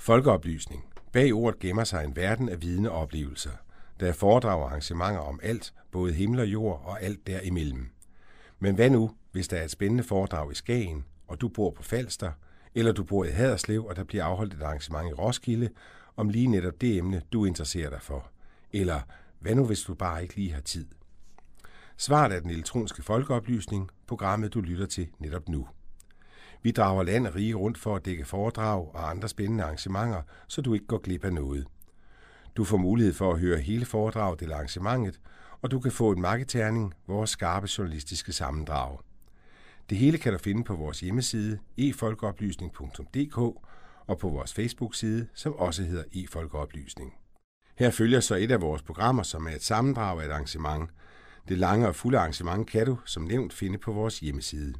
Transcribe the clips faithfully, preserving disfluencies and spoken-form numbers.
Folkeoplysning. Bag ordet gemmer sig en verden af viden og oplevelser. Der er foredrag og arrangementer om alt, både himmel og jord og alt derimellem. Men hvad nu, hvis der er et spændende foredrag i Skagen, og du bor på Falster, eller du bor i Haderslev, og der bliver afholdt et arrangement i Roskilde, om lige netop det emne, du interesserer dig for? Eller hvad nu, hvis du bare ikke lige har tid? Svaret er den elektroniske folkeoplysning, programmet du lytter til netop nu. Vi drager land og rige rundt for at dække foredrag og andre spændende arrangementer, så du ikke går glip af noget. Du får mulighed for at høre hele foredraget eller arrangementet, og du kan få en marketerning, vores skarpe journalistiske sammendrag. Det hele kan du finde på vores hjemmeside e folkeoplysning punktum d k og på vores Facebook-side, som også hedder e-folkeoplysning. Her følger så et af vores programmer, som er et sammendrag af et arrangement. Det lange og fulde arrangement kan du, som nævnt, finde på vores hjemmeside.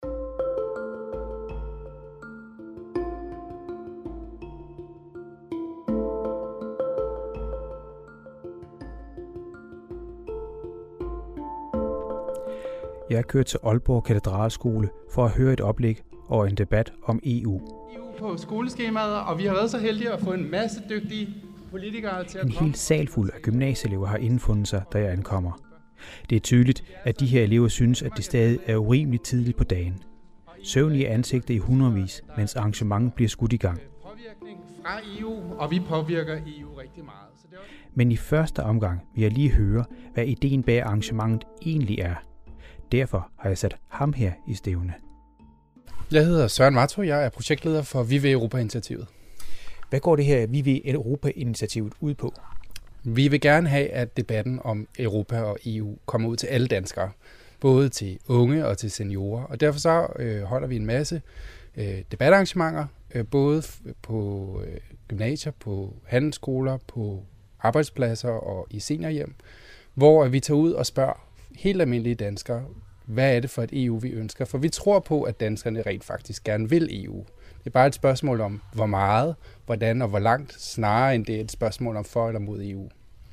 Jeg er kørt til Aalborg Katedralskole for at høre et oplæg og en debat om E U. E U på skoleskemaet, og vi har været så heldige at få en masse dygtige politikere til at En komme. hel sal fuld af gymnasieelever har indfundet sig, da jeg ankommer. Det er tydeligt, at de her elever synes, at det stadig er urimeligt tidligt på dagen. Søvnige ansigter i hundredvis, mens arrangementet bliver skudt i gang. Påvirkning fra E U, og vi påvirker E U rigtig meget. Så det var... Men i første omgang vil jeg lige høre, hvad ideen bag arrangementet egentlig er. Derfor har jeg sat ham her i stævne. Jeg hedder Søren Marto, jeg er projektleder for Vive Europa-initiativet. Hvad går det her Vive Europa-initiativet ud på? Vi vil gerne have, at debatten om Europa og E U kommer ud til alle danskere, både til unge og til seniorer. Og derfor så øh, holder vi en masse øh, debatarrangementer, øh, både på øh, gymnasier, på handelsskoler, på arbejdspladser og i seniorhjem, hvor vi tager ud og spørger helt almindelige danskere, hvad er det for et E U, vi ønsker? For vi tror på, at danskerne rent faktisk gerne vil E U. Det er bare et spørgsmål om, hvor meget, hvordan og hvor langt, snarere end det er et spørgsmål om for eller mod E U.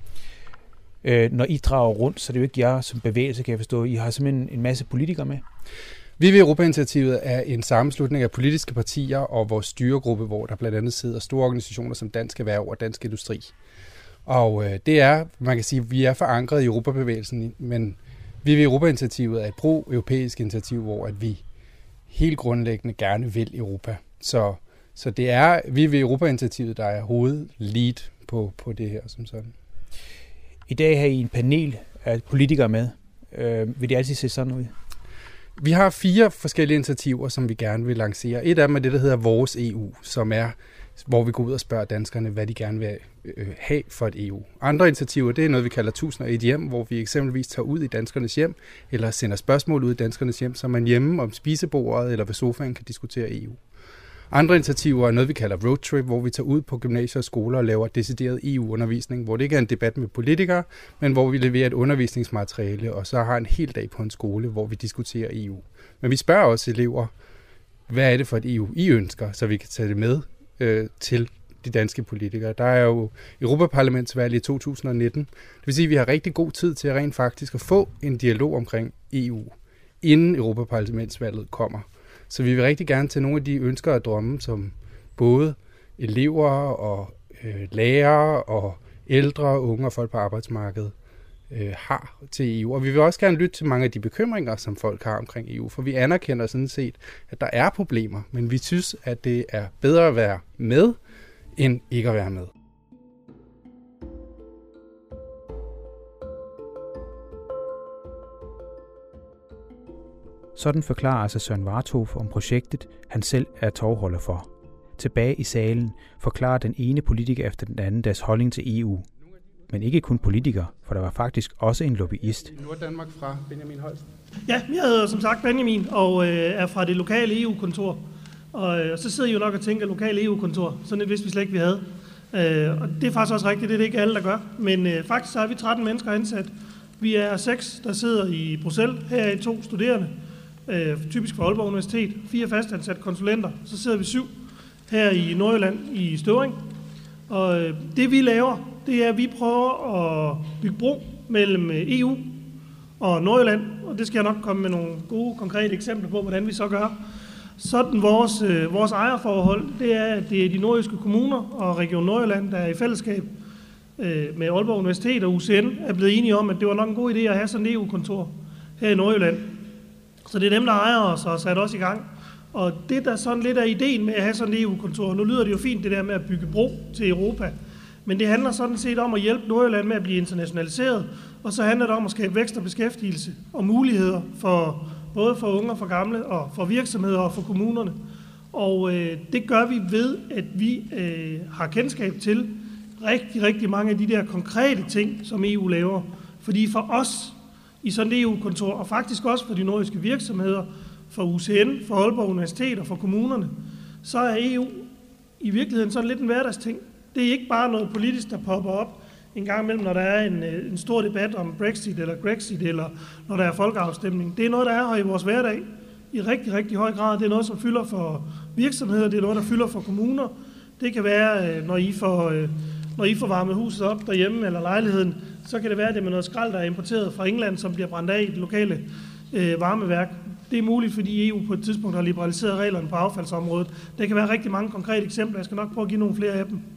Øh, når I drager rundt, så er det jo ikke jer som bevægelse, kan jeg forstå. I har simpelthen en masse politikere med. Vive Europa-initiativet er en sammenslutning af politiske partier og vores styregruppe, hvor der blandt andet sidder store organisationer som Dansk Erhverv og Dansk Industri. Og øh, det er, man kan sige, vi er forankret i Europabevægelsen, men Vive Europa-initiativet er et pro-europæisk initiativ, hvor at vi helt grundlæggende gerne vil Europa. Så, så det er Vive Europa-initiativet, der er hovedlead på, på det her som sådan. I dag har I en panel af politikere med. Øh, vil det altid se sådan ud? Vi har fire forskellige initiativer, som vi gerne vil lancere. Et af dem er det, der hedder Vores E U, som er, hvor vi går ud og spørger danskerne, hvad de gerne vil have for et E U. Andre initiativer, det er noget, vi kalder tusind og et hjem, hvor vi eksempelvis tager ud i danskernes hjem, eller sender spørgsmål ud i danskernes hjem, så man hjemme om spisebordet eller ved sofaen kan diskutere E U. Andre initiativer er noget, vi kalder roadtrip, hvor vi tager ud på gymnasier og skoler og laver decideret E U-undervisning, hvor det ikke er en debat med politikere, men hvor vi leverer et undervisningsmateriale, og så har en hel dag på en skole, hvor vi diskuterer E U. Men vi spørger også elever, hvad er det for et E U, I ønsker, så vi kan tage det med øh, til de danske politikere. Der er jo Europaparlamentsvalg i to tusind og nitten. Det vil sige, at vi har rigtig god tid til at rent faktisk at få en dialog omkring E U, inden Europaparlamentsvalget kommer. Så vi vil rigtig gerne til nogle af de ønsker og drømme, som både elever og øh, lærere og ældre, unge og folk på arbejdsmarkedet øh, har til E U. Og vi vil også gerne lytte til mange af de bekymringer, som folk har omkring E U, for vi anerkender sådan set, at der er problemer, men vi synes, at det er bedre at være med, end ikke at være med. Sådan forklarer altså Søren Warthof om projektet, han selv er tovholder for. Tilbage i salen forklarer den ene politiker efter den anden deres holdning til E U. Men ikke kun politikere, for der var faktisk også en lobbyist. Norddanmark fra Benjamin Holst. Ja, jeg hedder som sagt Benjamin og øh, er fra det lokale E U-kontor. Og øh, så sidder I jo nok og tænker, lokale E U-kontor. Sådan et vidste vi slet ikke, vi havde. Øh, og det er faktisk også rigtigt, det er det ikke alle, der gør. Men øh, faktisk så er vi tretten mennesker ansat. Vi er seks, der sidder i Bruxelles. Her er to studerende, øh, typisk fra Aalborg Universitet. Fire fastansatte konsulenter. Så sidder vi syv her i Nordjylland i Støvring. Og øh, det vi laver, det er, at vi prøver at bygge bro mellem E U og Nordjylland. Og det skal jeg nok komme med nogle gode, konkrete eksempler på, hvordan vi så gør. Sådan vores, øh, vores ejerforhold, det er, at det er de nordjyske kommuner og Region Nordjylland, der er i fællesskab øh, med Aalborg Universitet og U C N, er blevet enige om, at det var nok en god idé at have sådan et E U-kontor her i Nordjylland. Så det er dem, der ejer os og sat os i gang. Og det, der sådan lidt er ideen med at have sådan et E U-kontor, nu lyder det jo fint det der med at bygge bro til Europa, men det handler sådan set om at hjælpe Nordjylland med at blive internationaliseret, og så handler det om at skabe vækst og beskæftigelse og muligheder for både for unge og for gamle, og for virksomheder og for kommunerne. Og øh, det gør vi ved, at vi øh, har kendskab til rigtig, rigtig mange af de der konkrete ting, som E U laver. Fordi for os i sådan et E U-kontor, og faktisk også for de nordiske virksomheder, for U C N, for Aalborg Universitet og for kommunerne, så er E U i virkeligheden sådan lidt en hverdagsting. Det er ikke bare noget politisk, der popper op en gang imellem, når der er en, en stor debat om Brexit eller Grexit, eller når der er folkeafstemning. Det er noget, der er her i vores hverdag i rigtig, rigtig høj grad. Det er noget, som fylder for virksomheder, det er noget, der fylder for kommuner. Det kan være, når I får, når I får varmet huset op derhjemme eller lejligheden, så kan det være, at det er med noget skrald, der er importeret fra England, som bliver brændt af i det lokale øh, varmeværk. Det er muligt, fordi E U på et tidspunkt har liberaliseret reglerne på affaldsområdet. Der kan være rigtig mange konkrete eksempler. Jeg skal nok prøve at give nogle flere af dem.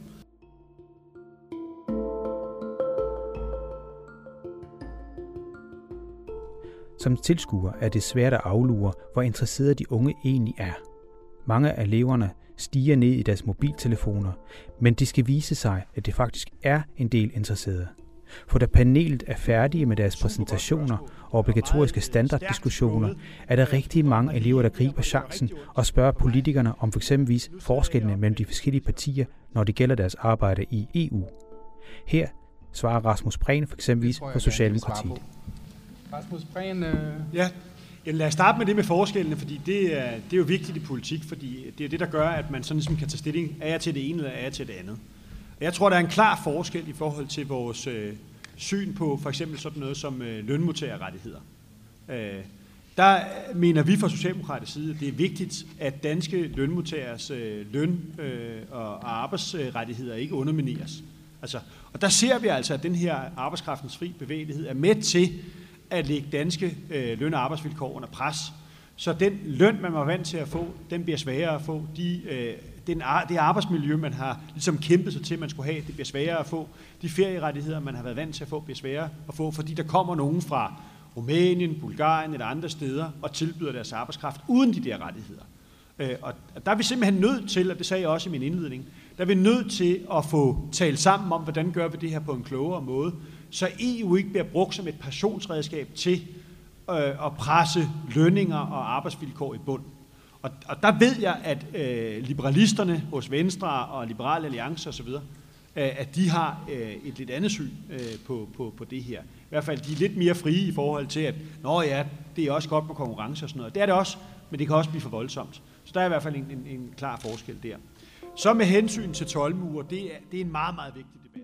Som tilskuer er det svært at aflure, hvor interesserede de unge egentlig er. Mange af eleverne stiger ned i deres mobiltelefoner, men det skal vise sig, at det faktisk er en del interesserede. For da panelet er færdige med deres præsentationer og obligatoriske standarddiskussioner, er der rigtig mange elever, der griber chancen og spørger politikerne om f.eks. forskellene mellem de forskellige partier, når det gælder deres arbejde i E U. Her svarer Rasmus Prehn for eksempel for Socialdemokratiet. Rasmus Prehn, øh... ja. Ja, lad os starte med det med forskellene, fordi det er, det er jo vigtigt i politik, fordi det er det, der gør, at man sådan ligesom kan tage stilling, er jeg til det ene eller er jeg til det andet. Og jeg tror, der er en klar forskel i forhold til vores øh, syn på for eksempel sådan noget som øh, lønmodtagerrettigheder. Øh, der mener vi fra Socialdemokratisk side, at det er vigtigt, at danske lønmodtagers øh, løn- øh, og arbejdsrettigheder ikke undermineres. Altså, og der ser vi altså, at den her arbejdskraftens fri bevægelighed er med til at lægge danske øh, løn- og arbejdsvilkår under pres. Så den løn, man var vant til at få, den bliver sværere at få. De, øh, den, det arbejdsmiljø, man har ligesom kæmpet sig til, man skulle have, det bliver sværere at få. De ferierettigheder, man har været vant til at få, bliver sværere at få, fordi der kommer nogen fra Rumænien, Bulgarien eller andre steder og tilbyder deres arbejdskraft uden de der rettigheder. Øh, og der er vi simpelthen nødt til, og det sagde jeg også i min indledning, der er vi nødt til at få talt sammen om, hvordan gør vi det her på en klogere måde, så E U ikke bliver brugt som et passionsredskab til øh, at presse lønninger og arbejdsvilkår i bund. Og, og der ved jeg, at øh, liberalisterne hos Venstre og Liberal Alliance osv., øh, at de har øh, et lidt andet syn øh, på, på, på det her. I hvert fald, de er lidt mere frie i forhold til, at nå ja, det er også godt med konkurrence og sådan noget. Det er det også, men det kan også blive for voldsomt. Så der er i hvert fald en, en, en klar forskel der. Så med hensyn til toldmure, det er, det er en meget, meget vigtig debat.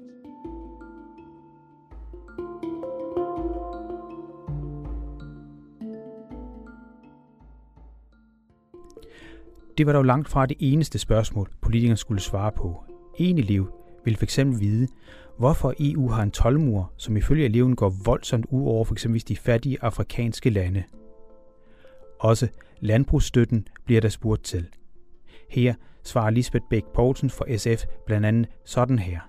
Det var dog langt fra det eneste spørgsmål, politikerne skulle svare på. En elev vil fx vide, hvorfor E U har en toldmur, som ifølge eleven går voldsomt ud over f.eks. de fattige afrikanske lande. Også landbrugsstøtten bliver der spurgt til. Her svarer Lisbeth Bech Poulsen fra S F blandt andet sådan her.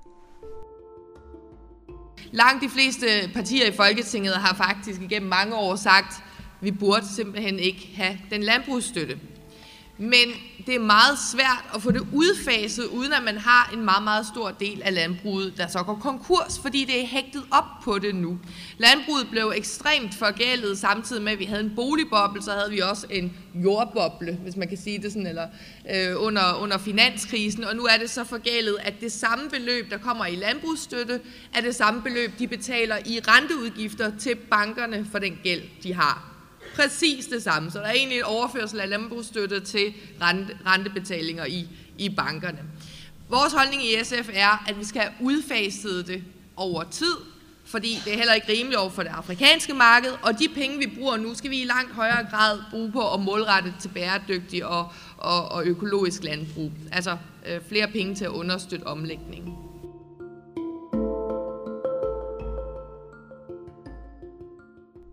Langt de fleste partier i Folketinget har faktisk igennem mange år sagt, at vi burde simpelthen ikke have den landbrugsstøtte. Men det er meget svært at få det udfaset, uden at man har en meget, meget stor del af landbruget, der så går konkurs, fordi det er hægtet op på det nu. Landbruget blev ekstremt forgældet, samtidig med, at vi havde en boligboble, så havde vi også en jordboble, hvis man kan sige det sådan, eller øh, under, under finanskrisen, og nu er det så forgældet, at det samme beløb, der kommer i landbrugsstøtte, er det samme beløb, de betaler i renteudgifter til bankerne for den gæld, de har. Præcis det samme. Så der er egentlig en overførsel af landbrugsstøtte til rente, rentebetalinger i, i bankerne. Vores holdning i S F er, at vi skal have udfaset det over tid, fordi det er heller ikke rimeligt over for det afrikanske marked, og de penge, vi bruger nu, skal vi i langt højere grad bruge på at målrette til bæredygtig og, og, og økologisk landbrug. Altså øh, flere penge til at understøtte omlægningen.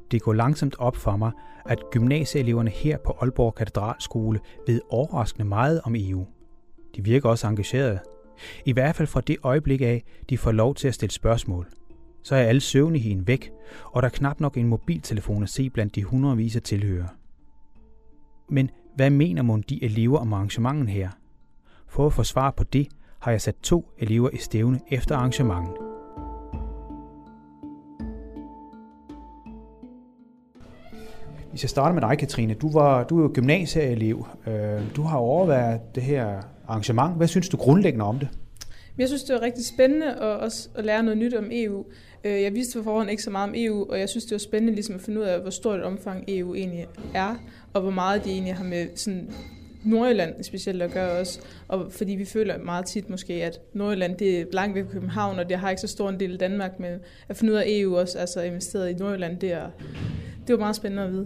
Det går langsomt op for mig, at gymnasieeleverne her på Aalborg Katedralskole ved overraskende meget om E U. De virker også engagerede. I hvert fald fra det øjeblik af, de får lov til at stille spørgsmål. Så er alle søvnigheden væk, og der er knap nok en mobiltelefon at se blandt de hundredvis af tilhørere. Men hvad mener mon de elever om arrangementet her? For at få svar på det, har jeg sat to elever i stævne efter arrangementet. Hvis jeg starter med dig, Katrine. Du, var, du er jo gymnasieelev. Du har overvejet det her arrangement. Hvad synes du grundlæggende om det? Jeg synes, det var rigtig spændende at, også at lære noget nyt om E U. Jeg vidste på forhånd ikke så meget om E U, og jeg synes, det var spændende ligesom at finde ud af, hvor stort et omfang E U egentlig er, og hvor meget de egentlig har med sådan Nordjylland specielt at gøre også. Og fordi vi føler meget tit måske, at Nordjylland det er langt væk fra København, og det har ikke så stor en del af Danmark, men at finde ud af E U også, altså investeret i Nordjylland, det, er, det var meget spændende at vide.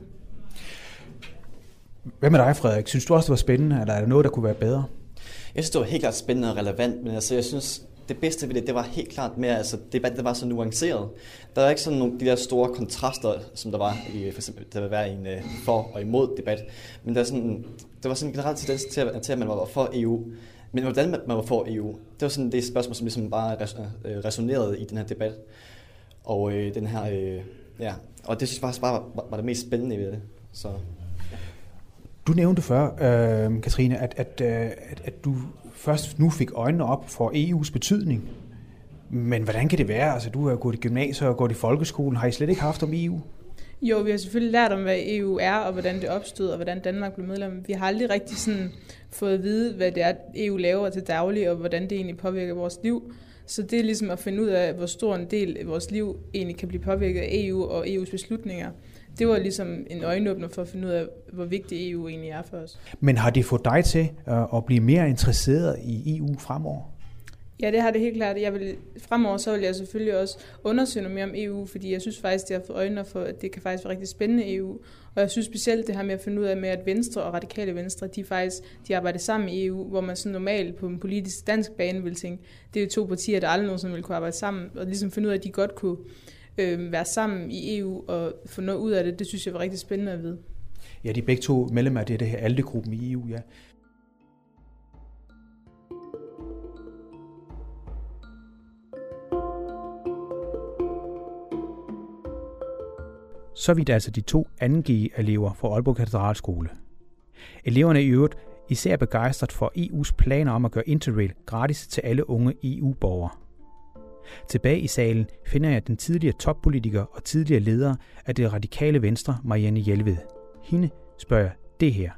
Hvad med dig, Frederik? Synes du også, det var spændende, eller er der noget, der kunne være bedre? Jeg synes, det var helt klart spændende og relevant, men altså, jeg synes, det bedste ved det, det var helt klart mere, altså debatten, der var så nuanceret. Der var ikke sådan nogle de der store kontraster, som der var i, for eksempel, der vil være en uh, for og imod debat. Men der, er sådan, der var sådan en generelt tendens til, at, til, at man var for E U. Men hvordan man var for E U, det var sådan det spørgsmål, som ligesom bare resonerede i den her debat. Og øh, den her, øh, ja, og det synes jeg faktisk bare var, var det mest spændende ved det. Så. Du nævnte før, øh, Katrine, at, at, at, at du først nu fik øjnene op for E U's betydning. Men hvordan kan det være? Altså, du har gået i gymnasiet og gået i folkeskolen. Har I slet ikke haft om E U? Jo, vi har selvfølgelig lært om, hvad E U er, og hvordan det opstod, og hvordan Danmark blev medlem. Vi har aldrig rigtig sådan fået at vide, hvad det er, E U laver til daglig, og hvordan det egentlig påvirker vores liv. Så det er ligesom at finde ud af, hvor stor en del af vores liv egentlig kan blive påvirket af E U og E U's beslutninger. Det var ligesom en øjenåbner for at finde ud af, hvor vigtig E U egentlig er for os. Men har det fået dig til at blive mere interesseret i E U fremover? Ja, det har det helt klart. Jeg vil, fremover så vil jeg selvfølgelig også undersøge noget mere om E U, fordi jeg synes faktisk, det har fået øjnene for, at det kan faktisk være rigtig spændende E U. Og jeg synes specielt det her med at finde ud af, med at Venstre og Radikale Venstre, de faktisk de arbejder sammen i E U, hvor man sådan normalt på en politisk dansk bane vil tænke, det er jo to partier, der aldrig nogensinde vil kunne arbejde sammen, og ligesom finde ud af, at de godt kunne øh, være sammen i E U og få noget ud af det. Det synes jeg var rigtig spændende at vide. Ja, de er begge to medlemmer af det, det her ALDE-gruppen i E U, ja. Så vidt altså de to anden G-elever fra Aalborg Katedralskole. Eleverne er i øvrigt især begejstret for E U's planer om at gøre Interrail gratis til alle unge E U-borgere. Tilbage i salen finder jeg den tidligere toppolitiker og tidligere leder af det radikale Venstre, Marianne Jelved. Hende spørger jeg det her.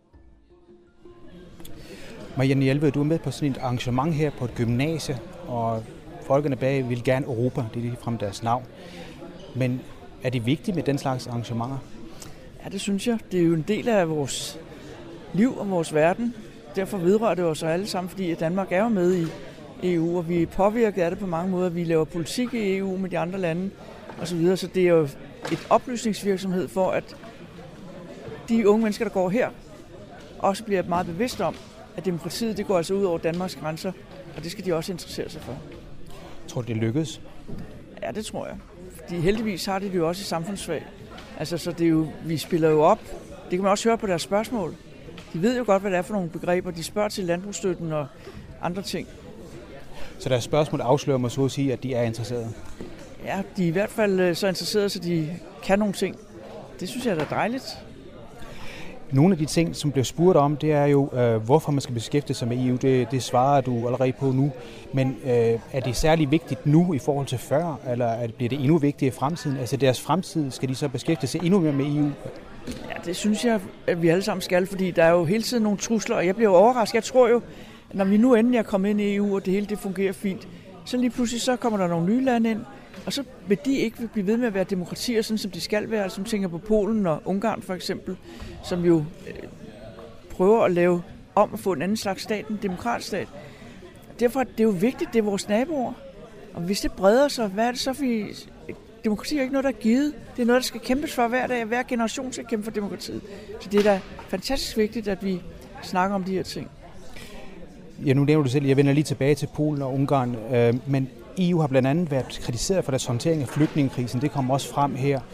Marianne Jelved, du er med på sådan et arrangement her på et gymnasie, og folkene bag vil gerne Europa, det er ligefrem deres navn. Men er det vigtigt med den slags arrangementer? Ja, det synes jeg. Det er jo en del af vores liv og vores verden. Derfor vedrører det os alle sammen, fordi Danmark er jo med i E U, og vi er påvirket af det på mange måder. Vi laver politik i E U med de andre lande osv., så det er jo et oplysningsvirksomhed for, at de unge mennesker, der går her, også bliver meget bevidste om, at demokratiet det går altså ud over Danmarks grænser, og det skal de også interessere sig for. Tror du, det lykkes? Ja, det tror jeg. Fordi heldigvis har de det jo også i samfundsfag. Altså, så det er jo, vi spiller jo op. Det kan man også høre på deres spørgsmål. De ved jo godt, hvad det er for nogle begreber. De spørger til landbrugsstøtten og andre ting. Så deres spørgsmål afslører mig så at sige, at de er interesserede? Ja, de er i hvert fald så interesserede, så de kan nogle ting. Det synes jeg er dejligt. Nogle af de ting, som bliver spurgt om, det er jo, øh, hvorfor man skal beskæftige sig med E U. Det, det svarer du allerede på nu. Men øh, er det særlig vigtigt nu i forhold til før, eller er det, bliver det endnu vigtigere i fremtiden? Altså deres fremtid, skal de så beskæftige sig endnu mere med E U? Ja, det synes jeg, at vi alle sammen skal, fordi der er jo hele tiden nogle trusler, og jeg bliver overrasket. Jeg tror jo, at når vi nu endelig er kommet ind i E U, og det hele det fungerer fint, så lige pludselig så kommer der nogle nye lande ind, og så vil de ikke blive ved med at være demokratier, sådan som de skal være, som tænker på Polen og Ungarn for eksempel, som jo øh, prøver at lave om at få en anden slags stat, en demokratisk stat. Derfor er det jo vigtigt, det er vores naboer. Og hvis det breder sig, hvad er det så, vi... Demokrati er ikke noget, der er givet. Det er noget, der skal kæmpes for hver dag. Hver generation skal kæmpe for demokratiet. Så det er da fantastisk vigtigt, at vi snakker om de her ting. Ja, nu nævner du selv, jeg vender lige tilbage til Polen og Ungarn, øh, men E U har blandt andet været kritiseret for deres håndtering af flygtningekrisen. Det kommer også frem her.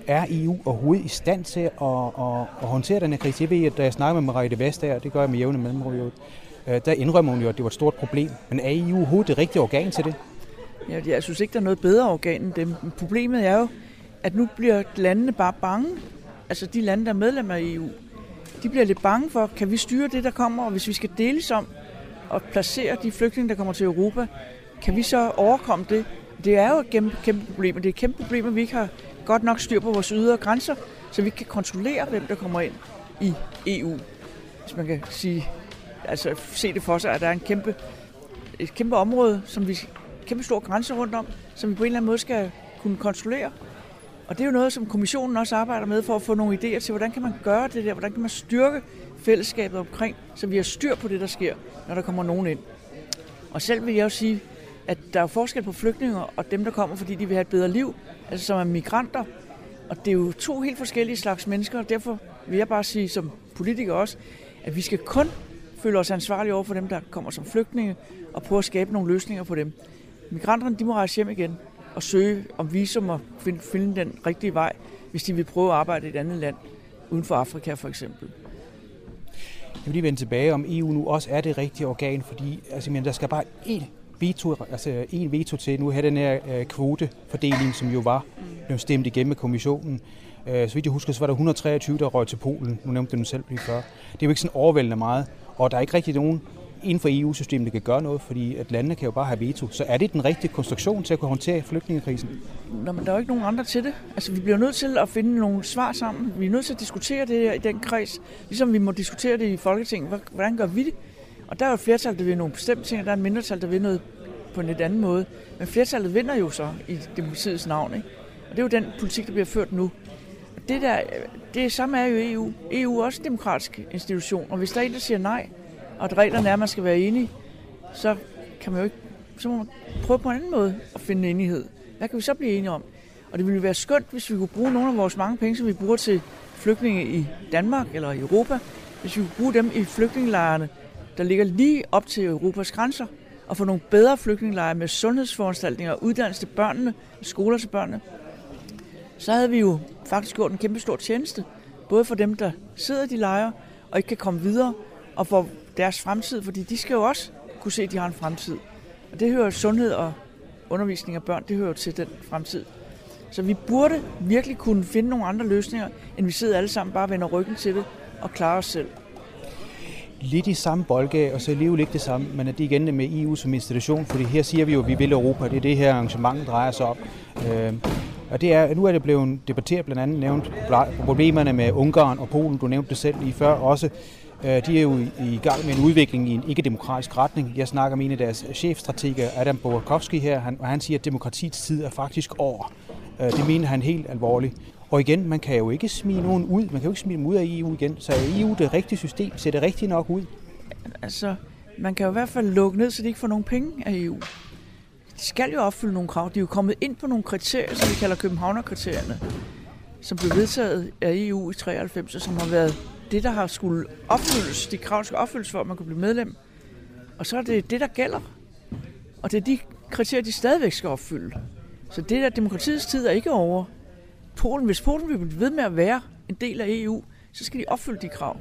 er E U overhovedet i stand til at, at, at håndtere den her krise? Jeg ved, at da jeg snakker med Margrethe Vestager, det gør jeg med jævne mellemrum, der indrømmer hun jo, at det var et stort problem. Men er E U overhovedet det rigtige organ til det? Ja, jeg synes ikke, der er noget bedre organ end dem. Problemet er jo, at nu bliver landene bare bange. Altså de lande, der er medlemmer af E U, de bliver lidt bange for, kan vi styre det, der kommer, og hvis vi skal deles om og placere de flygtninge, der kommer til Europa, kan vi så overkomme det? Det er jo et kæmpe, kæmpe problem, og det er et kæmpe problem, at vi ikke har godt nok styr på vores ydre grænser, så vi kan kontrollere, hvem der kommer ind i E U. Hvis man kan sige, altså se det for sig, at der er en kæmpe, et kæmpe område, som vi, kæmpe stor grænse rundt om, som vi på en eller anden måde skal kunne kontrollere. Og det er jo noget, som kommissionen også arbejder med for at få nogle idéer til, hvordan kan man gøre det der, hvordan kan man styrke fællesskabet omkring, så vi har styr på det, der sker, når der kommer nogen ind. Og selv vil jeg jo sige, at der er forskel på flygtninge og dem, der kommer, fordi de vil have et bedre liv, altså som er migranter. Og det er jo to helt forskellige slags mennesker, og derfor vil jeg bare sige som politiker også, at vi skal kun føle os ansvarlige over for dem, der kommer som flygtninge, og prøve at skabe nogle løsninger på dem. Migranterne, de må rejse hjem igen og søge om visum og finde, finde den rigtige vej, hvis de vil prøve at arbejde i et andet land, uden for Afrika for eksempel. Jeg vil lige vende tilbage, om E U nu også er det rigtige organ, fordi altså, men der skal bare én veto, altså en veto til nu at have den her øh, kvotefordeling, som jo var blevet stemt igennem med kommissionen. Øh, så vidt jeg husker, så var der et hundrede og treogtyve, der røg til Polen. Nu nævnte du den selv lige før. Det er jo ikke sådan overvældende meget, og der er ikke rigtig nogen inden for E U-systemet, der kan gøre noget, fordi at landene kan jo bare have veto. Så er det den rigtige konstruktion til at kunne håndtere flygtningekrisen? Nå, men der er jo ikke nogen andre til det. Altså, vi bliver nødt til at finde nogle svar sammen. Vi er nødt til at diskutere det her i den kreds, ligesom vi må diskutere det i Folketinget. Hvordan gør vi det? Og der er jo et flertal, der vil nogle bestemte ting, og der er en mindretal, der vil noget på en lidt anden måde. Men flertallet vinder jo så i demokratiets navn, ikke? Og det er jo den politik, der bliver ført nu. Og det der, det samme er jo E U. E U er også en demokratisk institution, og hvis der er en, der siger nej, og at reglerne er, at man skal være enige, så kan man jo ikke, så må man prøve på en anden måde at finde enighed. Hvad kan vi så blive enige om? Og det ville være skønt, hvis vi kunne bruge nogle af vores mange penge, som vi bruger til flygtninge i Danmark eller i Europa, hvis vi kunne bruge dem i flygtningelejrene, der ligger lige op til Europas grænser, og få nogle bedre flygtningelejre med sundhedsforanstaltninger og uddannelse til børnene, skoler til børnene, så havde vi jo faktisk gjort en kæmpe stor tjeneste, både for dem, der sidder i de lejre og ikke kan komme videre, og for deres fremtid, fordi de skal jo også kunne se, at de har en fremtid. Og det hører sundhed og undervisning af børn, det hører til den fremtid. Så vi burde virkelig kunne finde nogle andre løsninger, end vi sidder alle sammen bare og vender ryggen til det og klarer os selv. Lidt i samme boldgade, og så alligevel ikke det samme, men det igen med E U som institution, fordi her siger vi jo, at vi vil Europa, det er det her arrangement drejer sig om. Øh, og det er, nu er det blevet debatteret blandt andet nævnt problemerne med Ungarn og Polen, du nævnte det selv lige før også. De er jo i gang med en udvikling i en ikke-demokratisk retning. Jeg snakker med en af deres chefstrateger, Adam Borkowski her, og han siger, at demokratiets tid er faktisk over. Det mener han helt alvorligt. Og igen, man kan jo ikke smide nogen ud. Man kan jo ikke smide dem ud af E U igen. Så er E U det rigtige system? Ser det rigtigt nok ud? Altså, man kan jo i hvert fald lukke ned, så de ikke får nogen penge af E U. De skal jo opfylde nogle krav. De er jo kommet ind på nogle kriterier, som vi kalder Københavner-kriterierne, som blev vedtaget af E U i treoghalvfems, og som har været det, der har skulle opfyldes, de krav skal opfyldes for, at man kunne blive medlem. Og så er det det, der gælder. Og det er de kriterier, de stadigvæk skal opfylde. Så det der demokratiets tid er ikke over. Polen, hvis Polen vil blive ved med at være en del af E U, så skal de opfylde de krav.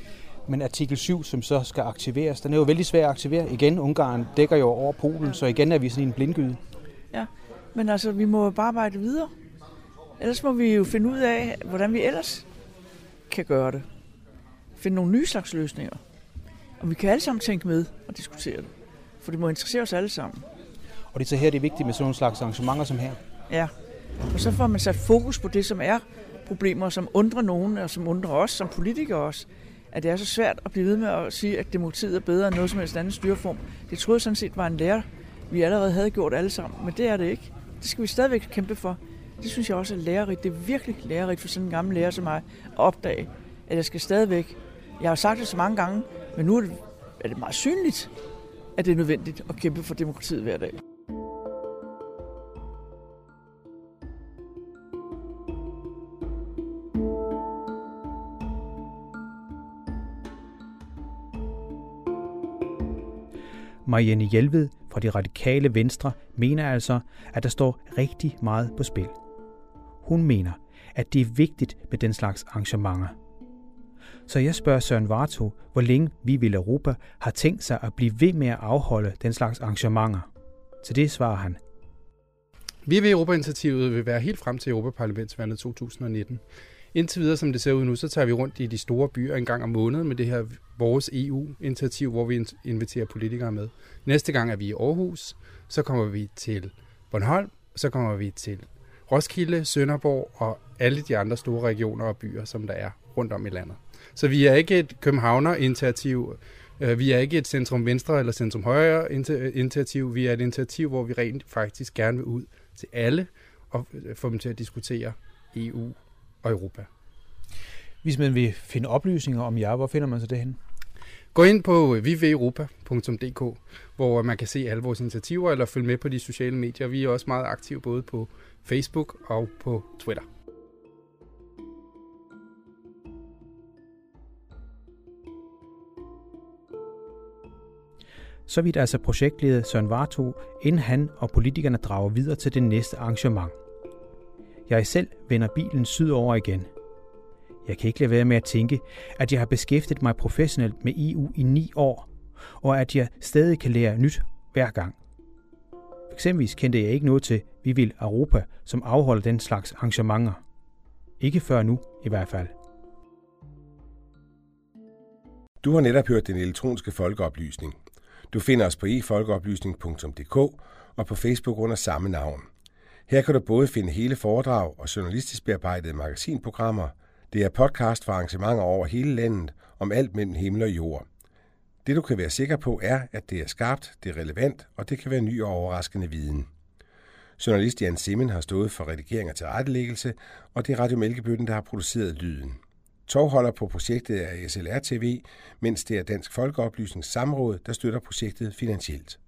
Men artikel syv, som så skal aktiveres, den er jo vældig svær at aktivere. Igen, Ungarn dækker jo over Polen, så igen er vi sådan en blindgyde. Ja, men altså, vi må bare arbejde videre. Ellers må vi jo finde ud af, hvordan vi ellers kan gøre det. Finde nogle nye slags løsninger. Og vi kan alle sammen tænke med og diskutere det. For det må interessere os alle sammen. Og det er så her, det er vigtigt med sådan nogle slags arrangementer som her. Ja, og så får man sat fokus på det, som er problemer, som undrer nogen, og som undrer os som politikere også. At det er så svært at blive ved med at sige, at demokratiet er bedre end noget som helst anden styreform. Det troede jeg sådan set var en lære, vi allerede havde gjort alle sammen. Men det er det ikke. Det skal vi stadigvæk kæmpe for. Det synes jeg også er lærerigt. Det er virkelig lærerigt for sådan en gammel lærer som mig at opdage, at jeg skal stadigvæk. Jeg har sagt det så mange gange, men nu er det, er det meget synligt, at det er nødvendigt at kæmpe for demokratiet hver dag. Marianne Jelved fra De Radikale Venstre mener altså, at der står rigtig meget på spil. Hun mener, at det er vigtigt med den slags arrangementer. Så jeg spørger Søren Vartov, hvor længe Vi vil Europa har tænkt sig at blive ved med at afholde den slags arrangementer. Til det svarer han. Vi vil Europa-initiativet vil være helt frem til Europaparlamentsvalget to tusind og nitten. Indtil videre, som det ser ud nu, så tager vi rundt i de store byer en gang om måneden med det her vores E U-initiativ, hvor vi inviterer politikere med. Næste gang er vi i Aarhus, så kommer vi til Bornholm, så kommer vi til Roskilde, Sønderborg og alle de andre store regioner og byer, som der er rundt om i landet. Så vi er ikke et Københavner-initiativ, vi er ikke et centrum-venstre eller centrum-højre initiativ, vi er et initiativ, hvor vi rent faktisk gerne vil ud til alle og få dem til at diskutere E U og Europa. Hvis man vil finde oplysninger om jer, hvor finder man så det hen? Gå ind på vi vil europa punktum d k, hvor man kan se alle vores initiativer eller følge med på de sociale medier. Vi er også meget aktive både på Facebook og på Twitter. Så vidt altså projektleder Søren Vartov, inden han og politikerne drager videre til det næste arrangement. Jeg selv vender bilen sydover igen. Jeg kan ikke lade være med at tænke, at jeg har beskæftiget mig professionelt med E U i ni år, og at jeg stadig kan lære nyt hver gang. For eksempelvis kendte jeg ikke noget til Vi vil Europa, som afholder den slags arrangementer. Ikke før nu i hvert fald. Du har netop hørt den elektroniske folkeoplysning. Du finder os på e folkeoplysning punktum d k og på Facebook under samme navn. Her kan du både finde hele foredrag og journalistisk bearbejdede magasinprogrammer. Det er podcast for arrangementer over hele landet om alt mellem himmel og jord. Det du kan være sikker på er, at det er skarpt, det er relevant, og det kan være ny og overraskende viden. Journalist Jan Simmen har stået for redigering og tilrettelæggelse, og det er Radio Mælkebøtten, der har produceret lyden. Tovholder på projektet er S L R T V, mens det er Dansk Folkeoplysnings Samråd, der støtter projektet finansielt.